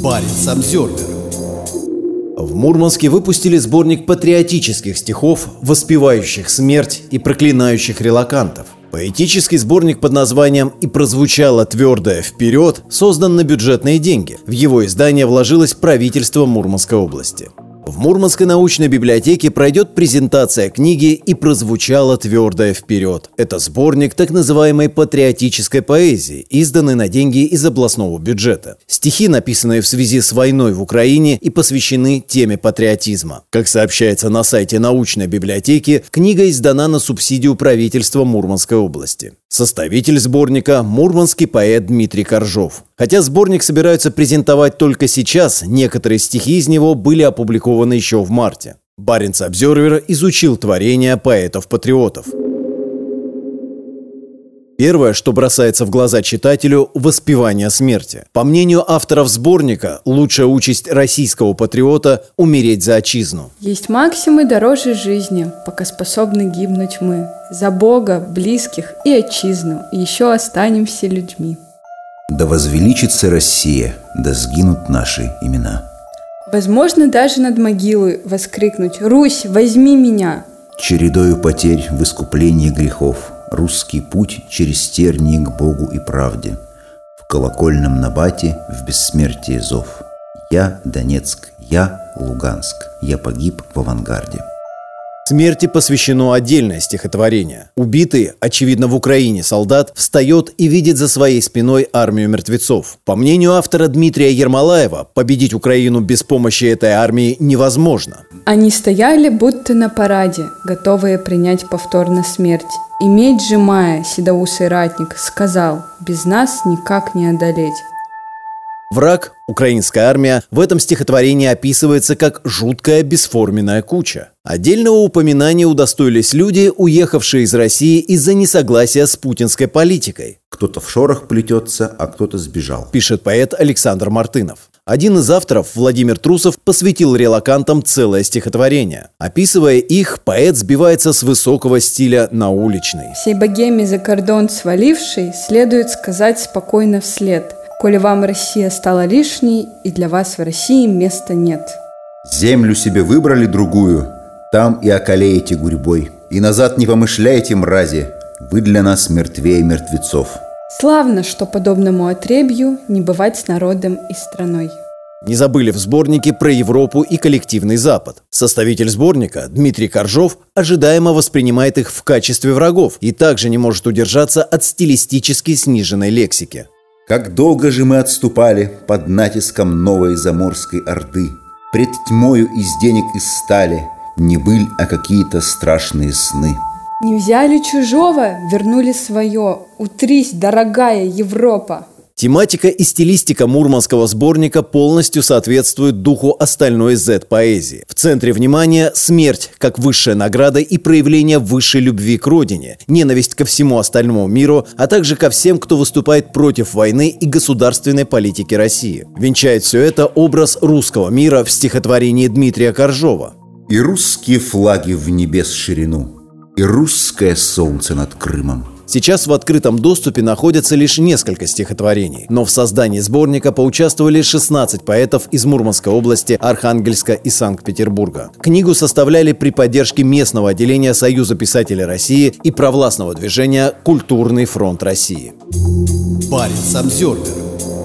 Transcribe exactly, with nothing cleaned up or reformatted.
Баренц-Обзервер. В Мурманске выпустили сборник патриотических стихов, воспевающих смерть и проклинающих релокантов. Поэтический сборник под названием «И прозвучало твердое вперед» создан на бюджетные деньги. В его издание вложилось правительство Мурманской области. В Мурманской научной библиотеке пройдет презентация книги «И прозвучало твердое вперед». Это сборник так называемой патриотической поэзии, изданный на деньги из областного бюджета. Стихи, написанные в связи с войной в Украине, и посвящены теме патриотизма. Как сообщается на сайте научной библиотеки, книга издана на субсидию правительства Мурманской области. Составитель сборника – мурманский поэт Дмитрий Коржов. Хотя сборник собираются презентовать только сейчас, некоторые стихи из него были опубликованы еще в марте. Баренц-Обзервер изучил творения поэтов-патриотов. Первое, что бросается в глаза читателю – воспевание смерти. По мнению авторов сборника, лучшая участь российского патриота – умереть за отчизну. Есть максимы дороже жизни, пока способны гибнуть мы. За Бога, близких и отчизну, и еще останемся людьми. Да возвеличится Россия, да сгинут наши имена. Возможно, даже над могилой воскрикнуть: «Русь, возьми меня!» Чередою потерь в искуплении грехов русский путь через тернии к Богу и правде. В колокольном набате в бессмертие зов. Я Донецк, я Луганск, я погиб в авангарде. Смерти посвящено отдельное стихотворение. Убитый, очевидно, в Украине солдат встает и видит за своей спиной армию мертвецов. По мнению автора Дмитрия Ермолаева, победить Украину без помощи этой армии невозможно. Они стояли будто на параде, готовые принять повторно смерть. И меч сжимая, седоусый ратник сказал: «Без нас никак не одолеть». Враг, украинская армия, в этом стихотворении описывается как жуткая бесформенная куча. Отдельного упоминания удостоились люди, уехавшие из России из-за несогласия с путинской политикой. Кто-то в шорох плетется, а кто-то сбежал, пишет поэт Александр Мартынов. Один из авторов, Владимир Трусов, посвятил релокантам целое стихотворение. Описывая их, поэт сбивается с высокого стиля на уличный. «Всей богеме за кордон свалившей следует сказать спокойно вслед: коли вам Россия стала лишней, и для вас в России места нет. Землю себе выбрали другую, там и околеете гурьбой. И назад не помышляйте, мрази, вы для нас мертвее мертвецов». Славно, что подобному отребью не бывать с народом и страной. Не забыли в сборнике про Европу и коллективный Запад. Составитель сборника, Дмитрий Коржов, ожидаемо воспринимает их в качестве врагов и также не может удержаться от стилистически сниженной лексики. Как долго же мы отступали под натиском новой заморской орды. Пред тьмою из денег и стали не быль, а какие-то страшные сны. Не взяли чужого, вернули свое. Утрись, дорогая Европа. Тематика и стилистика мурманского сборника полностью соответствуют духу остальной зет-поэзии. В центре внимания смерть как высшая награда и проявление высшей любви к родине, ненависть ко всему остальному миру, а также ко всем, кто выступает против войны и государственной политики России. Венчает все это образ русского мира в стихотворении Дмитрия Коржова. «И русские флаги в небес ширину, и русское солнце над Крымом». Сейчас в открытом доступе находятся лишь несколько стихотворений, но в создании сборника поучаствовали шестнадцать поэтов из Мурманской области, Архангельска и Санкт-Петербурга. Книгу составляли при поддержке местного отделения Союза писателей России и провластного движения «Культурный фронт России». Баренц-Обзервер.